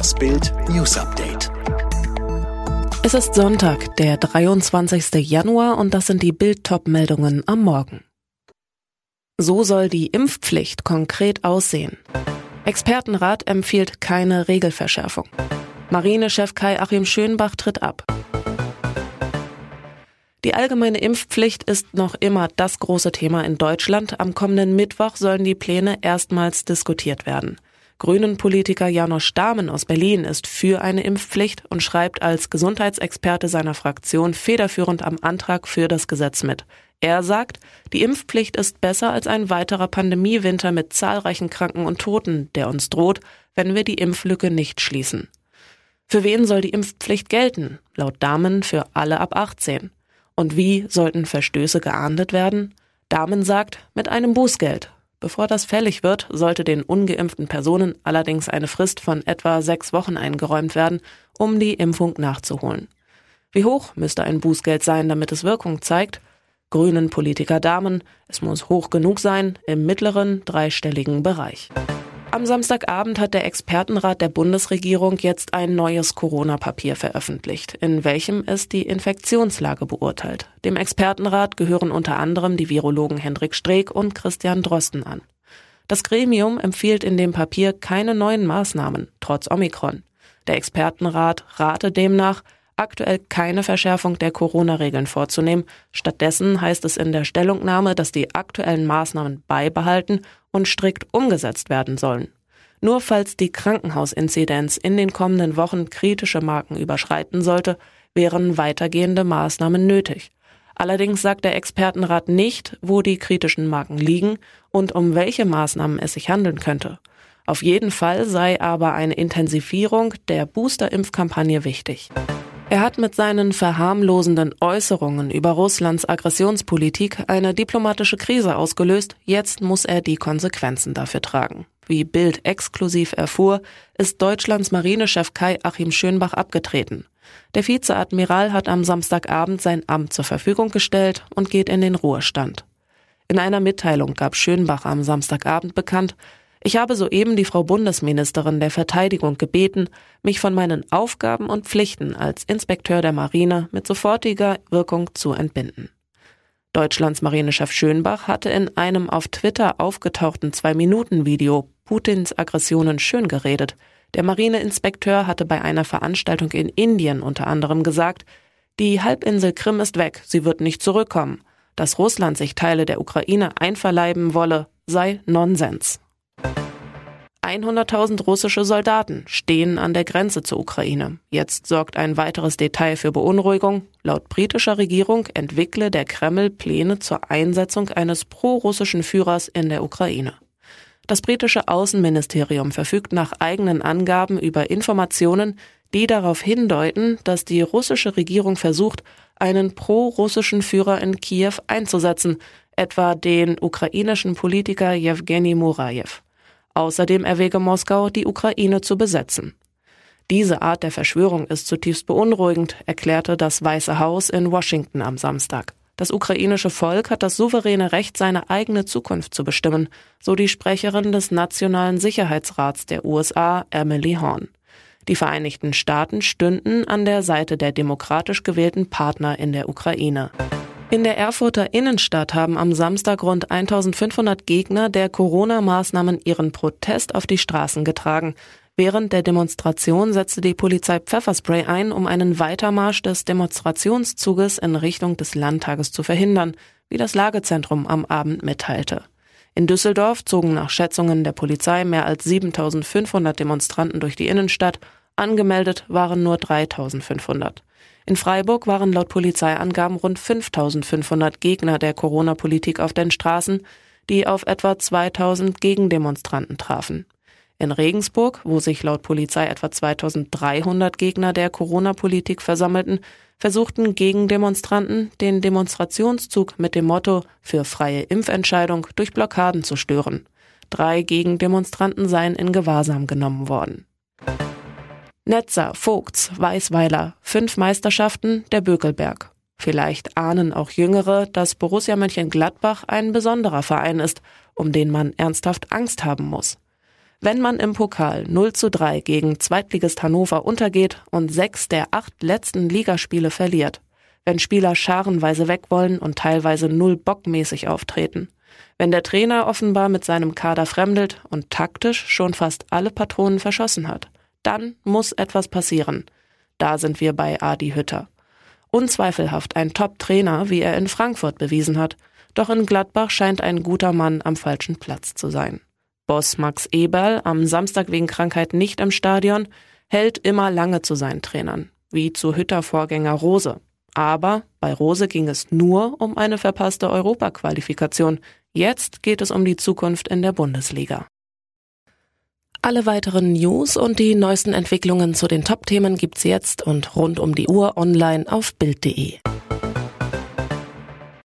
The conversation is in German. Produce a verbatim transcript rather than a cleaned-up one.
Das Bild News Update. Es ist Sonntag, der dreiundzwanzigster Januar, und das sind die Bild-Top-Meldungen am Morgen. So soll die Impfpflicht konkret aussehen. Expertenrat empfiehlt keine Regelverschärfung. Marinechef Kai-Achim Schönbach tritt ab. Die allgemeine Impfpflicht ist noch immer das große Thema in Deutschland. Am kommenden Mittwoch sollen die Pläne erstmals diskutiert werden. Grünen-Politiker Janosch Dahmen aus Berlin ist für eine Impfpflicht und schreibt als Gesundheitsexperte seiner Fraktion federführend am Antrag für das Gesetz mit. Er sagt, die Impfpflicht ist besser als ein weiterer Pandemiewinter mit zahlreichen Kranken und Toten, der uns droht, wenn wir die Impflücke nicht schließen. Für wen soll die Impfpflicht gelten? Laut Dahmen für alle ab achtzehn. Und wie sollten Verstöße geahndet werden? Dahmen sagt, mit einem Bußgeld. Bevor das fällig wird, sollte den ungeimpften Personen allerdings eine Frist von etwa sechs Wochen eingeräumt werden, um die Impfung nachzuholen. Wie hoch müsste ein Bußgeld sein, damit es Wirkung zeigt? Grünen-Politiker Dahmen, es muss hoch genug sein, im mittleren dreistelligen Bereich. Am Samstagabend hat der Expertenrat der Bundesregierung jetzt ein neues Corona-Papier veröffentlicht, in welchem es die Infektionslage beurteilt. Dem Expertenrat gehören unter anderem die Virologen Hendrik Streeck und Christian Drosten an. Das Gremium empfiehlt in dem Papier keine neuen Maßnahmen, trotz Omikron. Der Expertenrat rate demnach, aktuell keine Verschärfung der Corona-Regeln vorzunehmen. Stattdessen heißt es in der Stellungnahme, dass die aktuellen Maßnahmen beibehalten und strikt umgesetzt werden sollen. Nur falls die Krankenhausinzidenz in den kommenden Wochen kritische Marken überschreiten sollte, wären weitergehende Maßnahmen nötig. Allerdings sagt der Expertenrat nicht, wo die kritischen Marken liegen und um welche Maßnahmen es sich handeln könnte. Auf jeden Fall sei aber eine Intensivierung der Booster-Impfkampagne wichtig. Er hat mit seinen verharmlosenden Äußerungen über Russlands Aggressionspolitik eine diplomatische Krise ausgelöst. Jetzt muss er die Konsequenzen dafür tragen. Wie Bild exklusiv erfuhr, ist Deutschlands Marinechef Kai-Achim Schönbach abgetreten. Der Vizeadmiral hat am Samstagabend sein Amt zur Verfügung gestellt und geht in den Ruhestand. In einer Mitteilung gab Schönbach am Samstagabend bekannt: Ich habe soeben die Frau Bundesministerin der Verteidigung gebeten, mich von meinen Aufgaben und Pflichten als Inspekteur der Marine mit sofortiger Wirkung zu entbinden. Deutschlands Marinechef Schönbach hatte in einem auf Twitter aufgetauchten zwei-Minuten-Video Putins Aggressionen schön geredet. Der Marineinspekteur hatte bei einer Veranstaltung in Indien unter anderem gesagt, die Halbinsel Krim ist weg, sie wird nicht zurückkommen. Dass Russland sich Teile der Ukraine einverleiben wolle, sei Nonsens. hunderttausend russische Soldaten stehen an der Grenze zur Ukraine. Jetzt sorgt ein weiteres Detail für Beunruhigung. Laut britischer Regierung entwickle der Kreml Pläne zur Einsetzung eines pro-russischen Führers in der Ukraine. Das britische Außenministerium verfügt nach eigenen Angaben über Informationen, die darauf hindeuten, dass die russische Regierung versucht, einen pro-russischen Führer in Kiew einzusetzen, etwa den ukrainischen Politiker Jewgeni Murajew. Außerdem erwäge Moskau, die Ukraine zu besetzen. Diese Art der Verschwörung ist zutiefst beunruhigend, erklärte das Weiße Haus in Washington am Samstag. Das ukrainische Volk hat das souveräne Recht, seine eigene Zukunft zu bestimmen, so die Sprecherin des Nationalen Sicherheitsrats der U S A, Emily Horn. Die Vereinigten Staaten stünden an der Seite der demokratisch gewählten Partner in der Ukraine. In der Erfurter Innenstadt haben am Samstag rund eintausendfünfhundert Gegner der Corona-Maßnahmen ihren Protest auf die Straßen getragen. Während der Demonstration setzte die Polizei Pfefferspray ein, um einen Weitermarsch des Demonstrationszuges in Richtung des Landtages zu verhindern, wie das Lagezentrum am Abend mitteilte. In Düsseldorf zogen nach Schätzungen der Polizei mehr als siebentausendfünfhundert Demonstranten durch die Innenstadt, angemeldet waren nur dreitausendfünfhundert. In Freiburg waren laut Polizeiangaben rund fünftausendfünfhundert Gegner der Corona-Politik auf den Straßen, die auf etwa zweitausend Gegendemonstranten trafen. In Regensburg, wo sich laut Polizei etwa zweitausenddreihundert Gegner der Corona-Politik versammelten, versuchten Gegendemonstranten, den Demonstrationszug mit dem Motto »Für freie Impfentscheidung« durch Blockaden zu stören. Drei Gegendemonstranten seien in Gewahrsam genommen worden. Netzer, Vogts, Weißweiler, fünf Meisterschaften, der Bökelberg. Vielleicht ahnen auch Jüngere, dass Borussia Mönchengladbach ein besonderer Verein ist, um den man ernsthaft Angst haben muss. Wenn man im Pokal null zu drei gegen Zweitligist Hannover untergeht und sechs der acht letzten Ligaspiele verliert, wenn Spieler scharenweise weg wollen und teilweise null-bockmäßig auftreten, wenn der Trainer offenbar mit seinem Kader fremdelt und taktisch schon fast alle Patronen verschossen hat, dann muss etwas passieren. Da sind wir bei Adi Hütter. Unzweifelhaft ein Top-Trainer, wie er in Frankfurt bewiesen hat, doch in Gladbach scheint ein guter Mann am falschen Platz zu sein. Boss Max Eberl, am Samstag wegen Krankheit nicht im Stadion, hält immer lange zu seinen Trainern, wie zu Hütter-Vorgänger Rose. Aber bei Rose ging es nur um eine verpasste Europaqualifikation. Jetzt geht es um die Zukunft in der Bundesliga. Alle weiteren News und die neuesten Entwicklungen zu den Top-Themen gibt's jetzt und rund um die Uhr online auf bild punkt de.